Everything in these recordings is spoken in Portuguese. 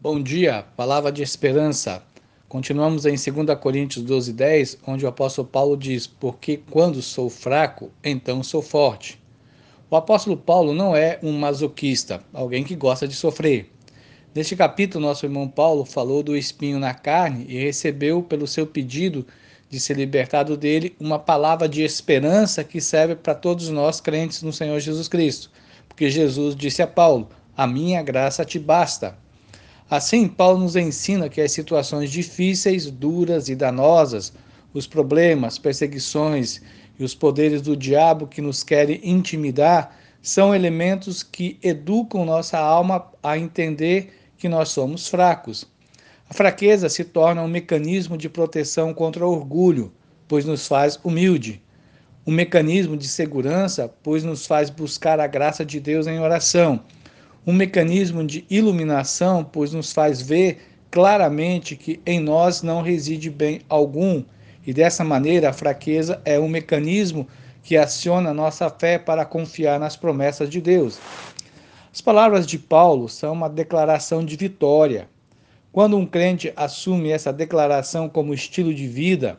Bom dia, palavra de esperança. Continuamos em 2 Coríntios 12:10, onde o apóstolo Paulo diz: porque quando sou fraco, então sou forte. O apóstolo Paulo não é um masoquista, alguém que gosta de sofrer. Neste capítulo, nosso irmão Paulo falou do espinho na carne e recebeu, pelo seu pedido de ser libertado dele, uma palavra de esperança que serve para todos nós crentes no Senhor Jesus Cristo. Porque Jesus disse a Paulo: a minha graça te basta. Assim, Paulo nos ensina que as situações difíceis, duras e danosas, os problemas, perseguições e os poderes do diabo que nos querem intimidar, são elementos que educam nossa alma a entender que nós somos fracos. A fraqueza se torna um mecanismo de proteção contra o orgulho, pois nos faz humilde. Um mecanismo de segurança, pois nos faz buscar a graça de Deus em oração. Um mecanismo de iluminação, pois nos faz ver claramente que em nós não reside bem algum, e dessa maneira a fraqueza é um mecanismo que aciona nossa fé para confiar nas promessas de Deus. As palavras de Paulo são uma declaração de vitória. Quando um crente assume essa declaração como estilo de vida,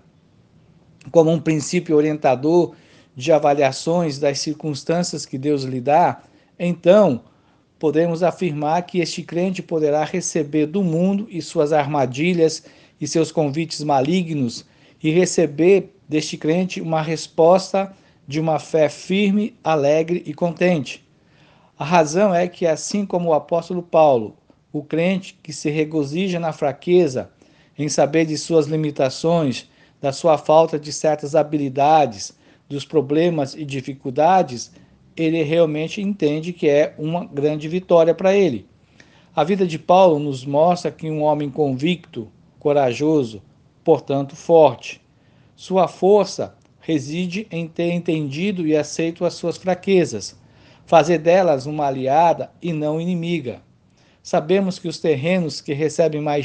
como um princípio orientador de avaliações das circunstâncias que Deus lhe dá, então podemos afirmar que este crente poderá receber do mundo e suas armadilhas e seus convites malignos e receber deste crente uma resposta de uma fé firme, alegre e contente. A razão é que, assim como o apóstolo Paulo, o crente que se regozija na fraqueza, em saber de suas limitações, da sua falta de certas habilidades, dos problemas e dificuldades, ele realmente entende que é uma grande vitória para ele. A vida de Paulo nos mostra que um homem convicto, corajoso, portanto forte. Sua força reside em ter entendido e aceito as suas fraquezas, fazer delas uma aliada e não inimiga. Sabemos que os terrenos que recebem mais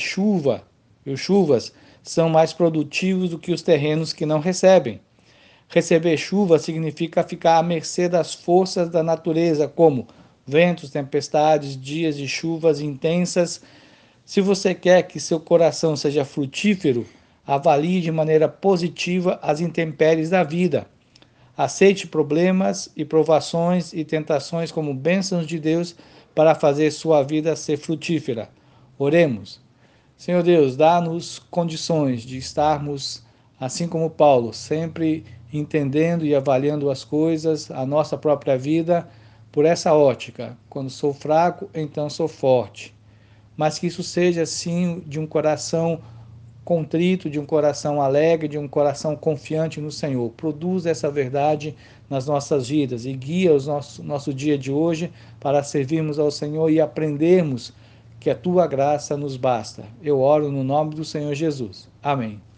chuvas, são mais produtivos do que os terrenos que não recebem. Receber chuva significa ficar à mercê das forças da natureza, como ventos, tempestades, dias de chuvas intensas. Se você quer que seu coração seja frutífero, avalie de maneira positiva as intempéries da vida. Aceite problemas e provações e tentações como bênçãos de Deus para fazer sua vida ser frutífera. Oremos. Senhor Deus, dá-nos condições de estarmos, assim como Paulo, sempre entendendo e avaliando as coisas, a nossa própria vida, por essa ótica. Quando sou fraco, então sou forte. Mas que isso seja, sim, de um coração contrito, de um coração alegre, de um coração confiante no Senhor. Produz essa verdade nas nossas vidas e guia o nosso dia de hoje para servirmos ao Senhor e aprendermos que a tua graça nos basta. Eu oro no nome do Senhor Jesus. Amém.